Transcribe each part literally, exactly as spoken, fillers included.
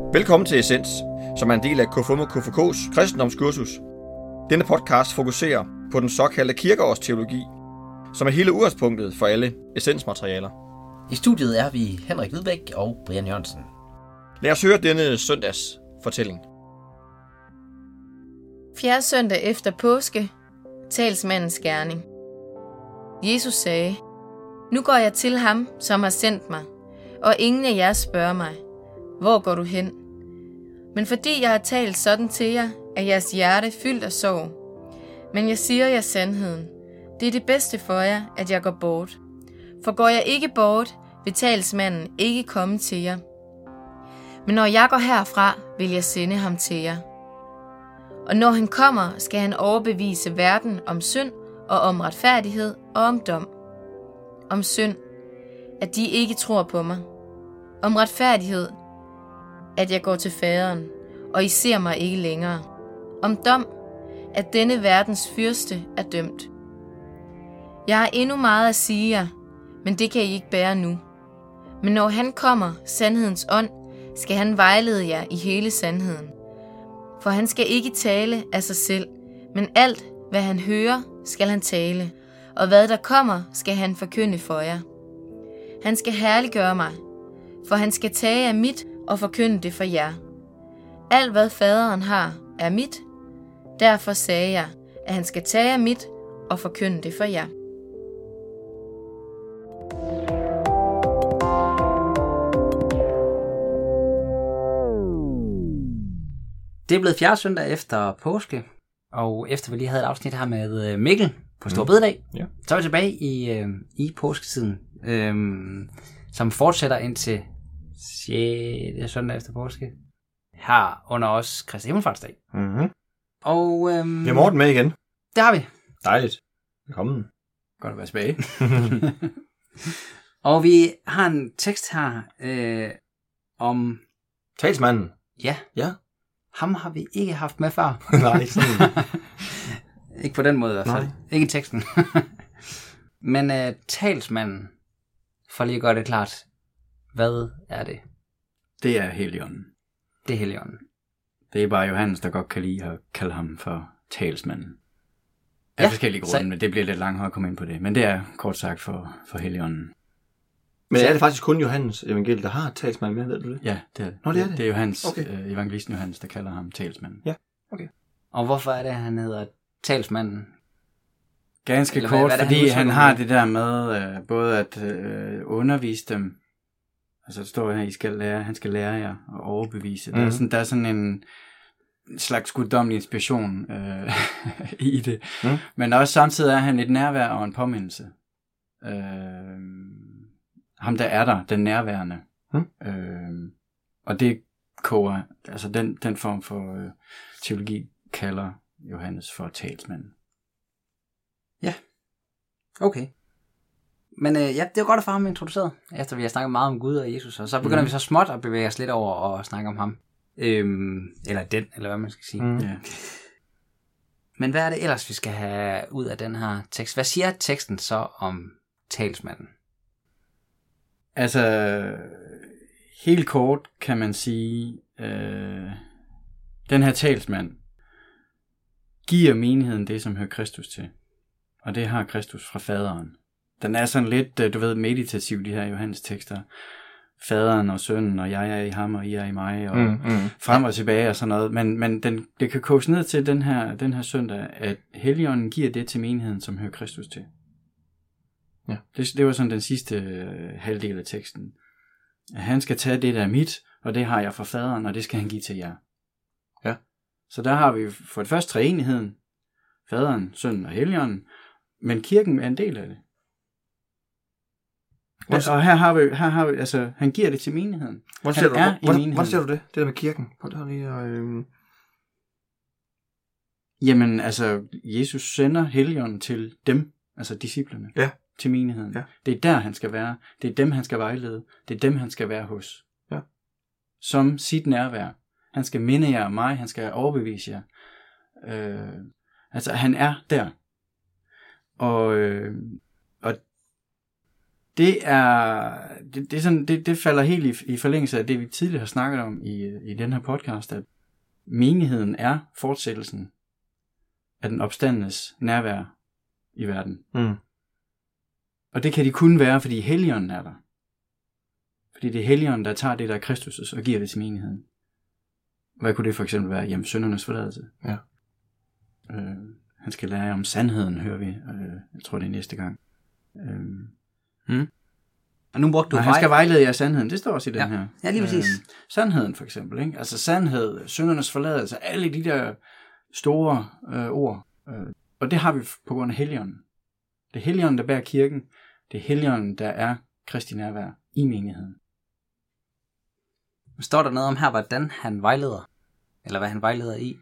Velkommen til Essens, som er en del af K F U M og K F K's kristendomskursus. Denne podcast fokuserer på den såkaldte kirkeårsteologi, som er hele udgangspunktet for alle essensmaterialer. I studiet er vi Henrik Hvidbæk og Brian Jørgensen. Lad os høre denne søndags fortælling. Fjerde søndag efter påske, talsmandens gerning. Jesus sagde, nu går jeg til ham, som har sendt mig, og ingen af jer spørger mig, hvor går du hen? Men fordi jeg har talt sådan til jer, er jeres hjerte fyldt af sorg. Men jeg siger jer sandheden. Det er det bedste for jer, at jeg går bort. For går jeg ikke bort, vil talsmanden ikke komme til jer. Men når jeg går herfra, vil jeg sende ham til jer. Og når han kommer, skal han overbevise verden om synd og om retfærdighed og om dom. Om synd, at de ikke tror på mig. Om retfærdighed, at jeg går til faderen, og I ser mig ikke længere. Om dom, at denne verdens fyrste er dømt. Jeg har endnu meget at sige jer, men det kan I ikke bære nu. Men når han kommer, sandhedens ånd, skal han vejlede jer i hele sandheden. For han skal ikke tale af sig selv, men alt, hvad han hører, skal han tale, og hvad der kommer, skal han forkynde for jer. Han skal herliggøre mig, for han skal tage af mit og forkynde det for jer. Alt hvad faderen har, er mit. Derfor sagde jeg, at han skal tage af mit og forkynde det for jer. Det er blevet fjerde søndag efter påske, og efter vi lige havde et afsnit her med Mikkel på Store Bededag, mm. ja. så er vi tilbage i, øh, i påsketiden, øh, som fortsætter indtil sjette søndag efter påske. Her under os Kristi Himmelfartsdag. Mm-hmm. Og øhm, vi har Morten med igen. Det har vi. Dejligt. Velkommen. Godt at være tilbage. Og vi har en tekst her øh, om talsmanden. Ja. Ja. Ham har vi ikke haft med før. Nej, ikke sådan. Ikke på den måde i hvert fald. Nej. Ikke i teksten. Men øh, talsmanden, for lige at gøre det klart, hvad er det? Det er Helligånden. Det er Helligånden. Det er bare Johannes, der godt kan lide at kalde ham for talsmanden. Af ja, forskellige grunde, men det bliver lidt langt at komme ind på det. Men det er kort sagt for, for Helligånden. Men er det faktisk kun Johannes evangeliet, der har talsmand med, ved du det? Ja, det er det. Nå, det er det. Det er Johannes, okay. øh, evangelisten Johannes, der kalder ham talsmanden. Ja, okay. Og hvorfor er det, han hedder talsmanden? Ganske Eller kort, hvad, hvad fordi han, han har det der med øh, både at øh, undervise dem. Altså, det står her, I skal lære, han skal lære jer og overbevise. Mm. Der, er sådan, der er sådan en slags guddommelig inspiration øh, i det. Mm. Men også samtidig er han et nærvær og en påmindelse. Øh, ham, der er der, den nærværende. Mm. Øh, og det koger, altså den, den form for øh, teologi kalder Johannes for talsmanden. Ja, okay. Men øh, ja, det er godt at få ham introduceret, efter vi har snakket meget om Gud og Jesus, og så begynder mm. vi så småt at bevæge os lidt over og snakke om ham. Øhm, eller den, eller hvad man skal sige. Mm. Ja. Men hvad er det ellers, vi skal have ud af den her tekst? Hvad siger teksten så om talsmanden? Altså, helt kort kan man sige, øh, den her talsmand giver menigheden det, som hører Kristus til. Og det har Kristus fra faderen. Den er sådan lidt, du ved, meditativ, de her Johannes tekster. Faderen og sønnen, og jeg er i ham, og I er i mig, og mm, mm. frem og tilbage og sådan noget. Men, men den, det kan koges ned til den her, den her søndag, at Helligånden giver det til menigheden, som hører Kristus til. Ja. Det, det var sådan den sidste øh, halvdel af teksten. At han skal tage det, der er mit, og det har jeg fra faderen, og det skal han give til jer. Ja. Så der har vi for det første treenigheden, faderen, sønnen og Helligånden, men kirken er en del af det. Hvordan, og her har vi, her har vi, altså, han giver det til menigheden. Hvordan ser, du, hvordan, hvordan ser du det? Det der med kirken? Hvordan lige, øh... Jamen, altså, Jesus sender Helligånden til dem, altså disciplerne, ja. til menigheden. Ja. Det er der, han skal være. Det er dem, han skal vejlede. Det er dem, han skal være hos. Ja. Som sit nærvær. Han skal minde jer om mig. Han skal overbevise jer. Øh, altså, han er der. Og, øh, og Det er det, det, er sådan, det, det falder helt i, i forlængelse af det, vi tidligere har snakket om i, i den her podcast, at menigheden er fortsættelsen af den opstandenes nærvær i verden. Mm. Og det kan de kun være, fordi Helligånden er der. Fordi det er Helligånden, der tager det, der er Kristus, og giver det til menigheden. Hvad kunne det for eksempel være? Jamen, syndernes forladelse. Ja. Øh, han skal lære om sandheden, hører vi. Øh, jeg tror, det er næste gang. Øh, Mm. Og nu brugte du nej, han skal vejlede jer af sandheden. Det står også i den ja. her. Ja, lige præcis. Øh, sandheden for eksempel. Ikke? Altså sandhed, syndernes forladelse, alle de der store øh, ord. Øh, og det har vi på grund af Helligånden. Det er Helligånden, der bærer kirken. Det er Helligånden, der er Kristi nærvær i menigheden. Står der noget om her, hvordan han vejleder? Eller hvad han vejleder i?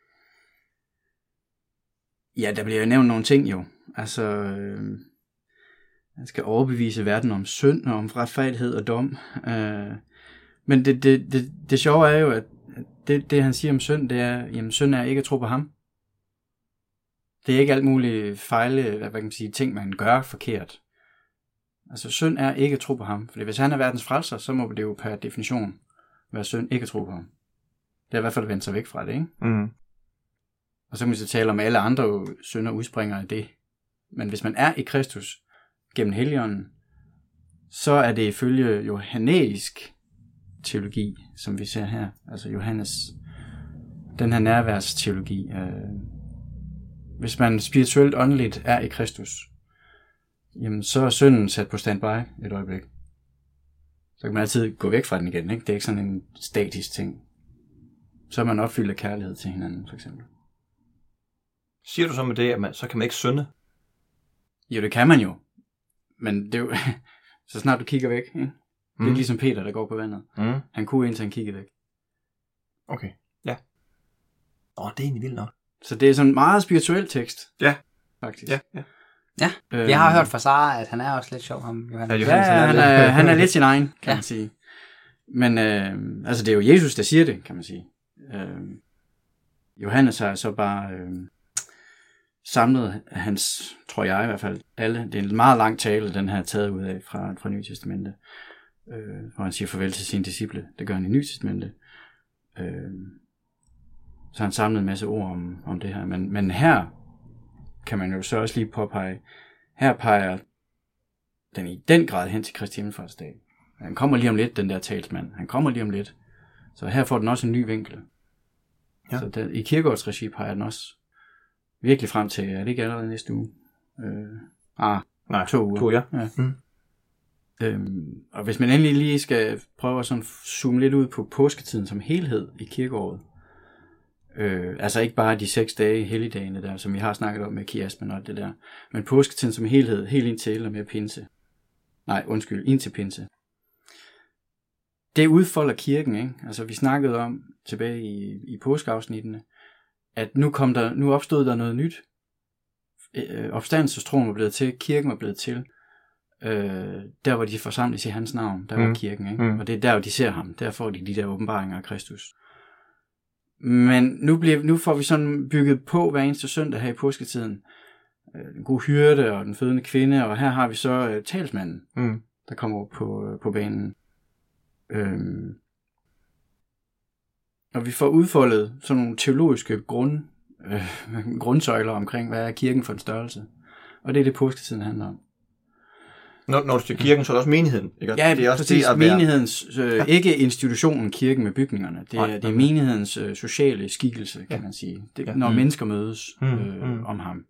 Ja, der bliver jo nævnt nogle ting jo. Altså, øh, han skal overbevise verden om synd og om retfærdighed og dom. Øh, men det, det, det, det sjove er jo, at det, det han siger om synd, det er, jamen synd er ikke at tro på ham. Det er ikke alt muligt fejle, hvad kan man sige, ting man gør forkert. Altså synd er ikke at tro på ham. Fordi hvis han er verdens frelser, så må det jo per definition være synd ikke at tro på ham. Det er i hvert fald at vende sig væk fra det, ikke? Mm. Og så kan man så tale om, at alle andre synder udspringer af det. Men hvis man er i Kristus gennem Helligånden, så er det ifølge johannæisk teologi, som vi ser her. Altså Johannes, den her nærværsteologi. Øh, hvis man spirituelt åndeligt er i Kristus, jamen så er synden sat på standby et øjeblik. Så kan man altid gå væk fra den igen, ikke? Det er ikke sådan en statisk ting. Så er man opfyldt af kærlighed til hinanden, for eksempel. Siger du så med det, at man, så kan man ikke synde? Jo, det kan man jo. Men det er jo, så snart du kigger væk, ikke? Det er Mm. ligesom Peter, der går på vandet. Mm. Han kunne indtil han kiggede væk. Okay, ja. Åh, det er egentlig vildt nok. Så det er sådan en meget spirituel tekst. Ja. Faktisk. Ja, ja. Ja, Øhm, jeg har hørt fra Sara, at han er også lidt sjov, ham Johannes. Ja, Ja, Johannes, ja, han er han, lidt- er, han er lidt sin egen, kan Ja. man sige. Men øh, altså, det er jo Jesus, der siger det, kan man sige. Øh, Johannes har så bare øh, samlet hans, tror jeg i hvert fald, alle. Det er en meget lang tale, den her taget ud af fra, fra Nye Testamente. Øh, hvor han siger farvel til sine disciple. Det gør han i Nye Testamente. Øh, så har han samlet en masse ord om, om det her. Men, men her kan man jo så også lige påpege, her peger den i den grad hen til Kristi himmelfartsdag. Han kommer lige om lidt, den der talsmand. Han kommer lige om lidt. Så her får den også en ny vinkel. Ja. Så den, i Kierkegaards regi peger den også virkelig frem til, er det ikke allerede næste uge? Øh, ah, Nej, to uger. to, ja. Ja. Mm. Øhm, og hvis man endelig lige skal prøve at sådan zoome lidt ud på påsketiden som helhed i kirkeåret, øh, altså ikke bare de seks dage, helligdagene der, som vi har snakket om med kiasmen og det der, men påsketiden som helhed, helt indtil og med pinse. Nej, undskyld, indtil pinse. Det udfolder kirken, ikke? Altså vi snakkede om tilbage i, i påskeafsnittene, at nu, kom der, nu opstod der noget nyt. Øh, opstandelsestroen var blevet til, kirken var blevet til. Øh, der hvor de forsamles i hans navn, der var Mm. kirken, ikke? Mm. Og det er der, hvor de ser ham. Der får de de der åbenbaringer af Kristus. Men nu, bliver, nu får vi sådan bygget på hver eneste søndag her i påsketiden. Øh, den gode hyrde og den fødende kvinde, og her har vi så øh, talsmanden, Mm. der kommer på, øh, på banen. Øhm. Og vi får udfoldet sådan nogle teologiske grund, øh, grundsøjler omkring, hvad er kirken for en størrelse. Og det er det påsketiden handler om. Når, når du siger kirken, så er det også menigheden, ikke? Ja, det er også præcis. det at være... Menighedens, øh, Ja. ikke institutionen kirken med bygningerne. Det er, Nej, det er nej. menighedens øh, sociale skikkelse, kan Ja. man sige. Det, Ja. når Mm. mennesker mødes Mm, øh, mm. om ham.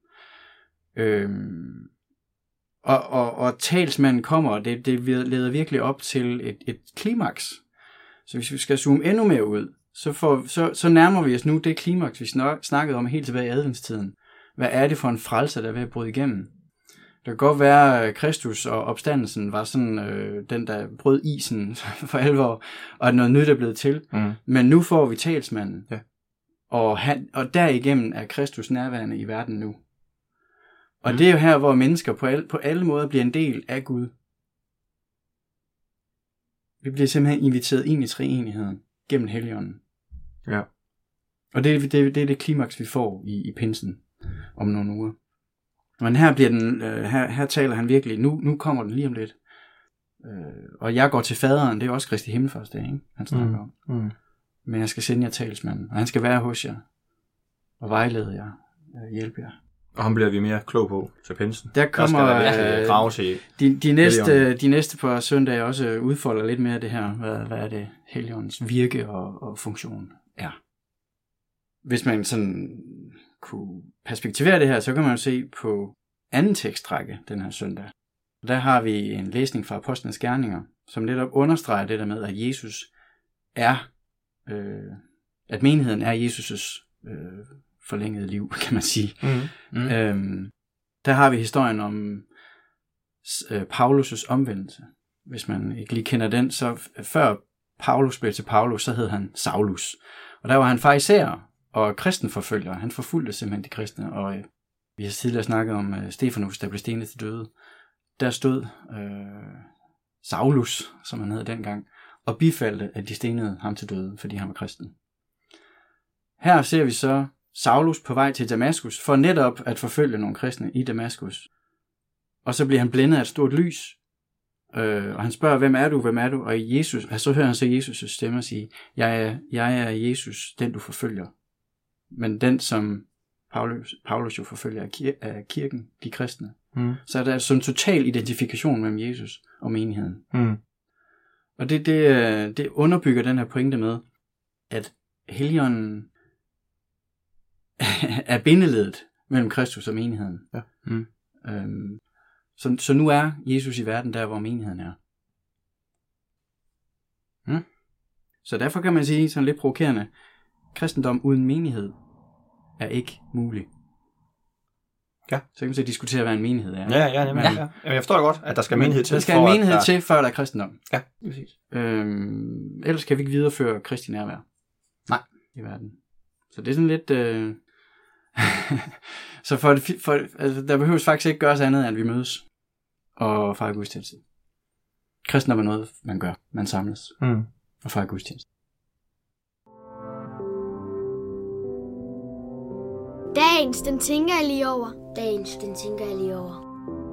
Øhm, og, og, og talsmanden kommer, og det, det leder virkelig op til et, et klimaks. Så hvis vi skal zoome endnu mere ud, så, får, så, så nærmer vi os nu det klimaks, vi snak, snakkede om helt tilbage i adventstiden. Hvad er det for en frelser, der er ved at bryde igennem? Det kan godt være, at Kristus og opstandelsen var sådan øh, den, der brød isen for alvor, og at noget nyt er blevet til. Mm. Men nu får vi talsmanden, Ja. og, han, og derigennem er Kristus nærværende i verden nu. Og Mm. det er jo her, hvor mennesker på, al, på alle måder bliver en del af Gud. Vi bliver simpelthen inviteret ind i treenigheden gennem Helligånden. Ja. Og det, det, det er det klimaks, vi får i, i pinsen om nogle uger. Men her, bliver den, øh, her, her taler han virkelig, nu, nu kommer den lige om lidt. Øh, og jeg går til faderen, det er også Kristi himmelfartsdag, ikke? Han snakker Mm. om. Mm. Men jeg skal sende jer talsmanden, og han skal være hos jer, og vejlede jer, øh, hjælpe jer. Og ham bliver vi mere klog på til pinsen. Der kommer der skal der virkelig grave til. de, de, næste, de næste par søndage også udfolder lidt mere det her, hvad, hvad er det Helligåndens virke og, og funktion er. Hvis man sådan kunne perspektivere det her, så kan man jo se på anden tekstrække den her søndag. Der har vi en læsning fra Apostlenes Gerninger, som netop understreger det der med, at Jesus er, øh, at menigheden er Jesus' øh, forlængede liv, kan man sige. Mm. Mm. Øhm, der har vi historien om øh, Paulus' omvendelse. Hvis man ikke lige kender den, så f- før Paulus blev til Paulus, så hed han Saulus. Og der var han farisæer og kristenforfølger. Han forfulgte simpelthen de kristne, og øh, vi har tidligere snakket om øh, Stefanus, der blev stenet til døde. Der stod øh, Saulus, som han hed dengang, og bifaldte, at de stenede ham til døde, fordi han var kristen. Her ser vi så Saulus på vej til Damaskus, for netop at forfølge nogle kristne i Damaskus. Og så bliver han blændet af et stort lys, øh, og han spørger, hvem er du, hvem er du? Og Jesus, altså, så hører han så Jesus' stemme sige, jeg er, jeg er Jesus, den du forfølger. Men den, som Paulus, Paulus jo forfølger, er, kir- er kirken, de kristne. Mm. Så er der sådan en total identifikation mellem Jesus og menigheden. Mm. Og det, det, det underbygger den her pointe med, at Helligånden er bindeledet mellem Kristus og menigheden. Ja. Mm. Øhm, så, så nu er Jesus i verden der, hvor menigheden er. Mm. Så derfor kan man sige, sådan lidt provokerende, kristendom uden menighed er ikke mulig. Ja. Så kan man så diskutere, hvad en menighed er. Ja, ja, nemlig. Men, ja. Jamen, jeg forstår det godt, at der skal menighed til. Der skal en menighed der... til, før der er kristendom. Ja, præcis. Øhm, ellers kan vi ikke videreføre Kristi nærvær. Nej. I verden. Så det er sådan lidt... Øh... så for, for, altså, der behøves faktisk ikke gøres andet, end vi mødes og fejrer gudstjeneste. Kristendom er noget, man gør. Man samles mm. og fejrer gudstjeneste. Dagens, den tænker jeg lige over. Dagens, den tænker jeg lige over.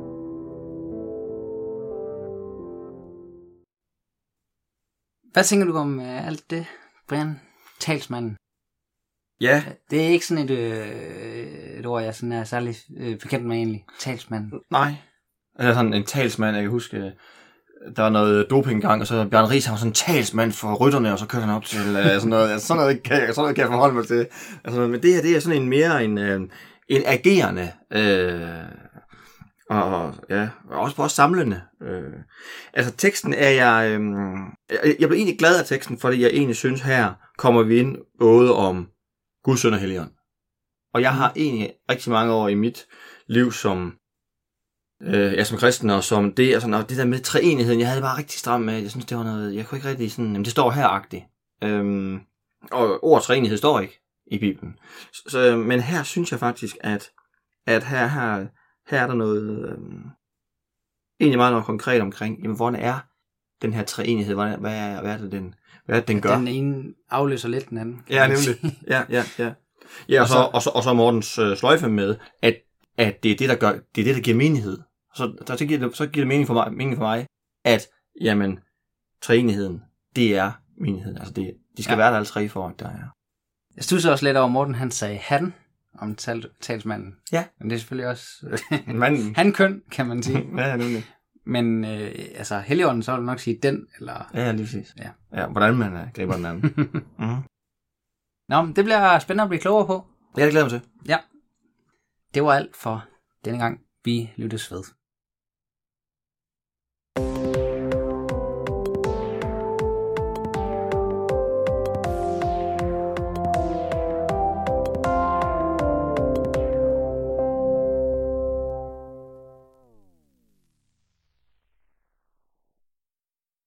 Hvad tænker du om uh, alt det, Brian? Talsmanden. Ja. Det er ikke sådan et, øh, et ord, jeg sådan er særlig øh, bekendt med egentlig. Talsmand. Nej. Altså sådan en talsmand, jeg kan huske, der var noget doping engang, og så Bjørn Ries, han var sådan en talsmand for rytterne, og så kørte han op til øh, sådan noget. Altså, sådan noget kan jeg, sådan noget kan jeg forholde mig til. Altså, men det her, det er sådan en mere en, øh, en agerende, øh, og ja, og også, også samlende. Øh. Altså teksten er jeg, øh, jeg, jeg blev egentlig glad af teksten, fordi jeg egentlig synes, her kommer vi ind både om Guds søn og Helligånd. Og jeg har egentlig rigtig mange år i mit liv som øh, ja, som kristen, og som det, og, sådan, og det der med treenigheden, jeg havde det bare rigtig stramt med. Jeg synes, det var noget, jeg kunne ikke rigtig sådan, jamen det står her-agtigt. Øhm, og ord treenighed står ikke i Bibelen. Så, så, men her synes jeg faktisk, at, at her, her, her er der noget, øhm, egentlig meget noget konkret omkring, jamen hvordan er den her treenighed, hvad er, hvad er, hvad er det, den, hvad er det, den gør? Den ene afløser lidt den anden. Ja, nemlig. Ja, ja, ja. Ja, og så, og så, og så Mortens øh, sløjfe med, at, at det er det, der gør, det er det, der giver menighed. Så, der, så, giver det, så giver det mening for mig, mening for mig at, jamen, treenigheden, det er menigheden. Altså, det, de skal ja. være der alle tre for, at der er. Jeg studser også lidt over, Morten, han sagde han om tal, talsmanden. Ja. Men det er selvfølgelig også Manden. han køn, kan man sige. Ja, nemlig. Men øh, altså, Helligånden, så vil nok sige den, eller... Ja, lige præcis. Ja. Ja, hvordan man uh, griber den anden. mm. Nå, men det bliver spændende at blive klogere på. Ja, det glæder mig til. Ja. Det var alt for denne gang. Vi lyttes ved.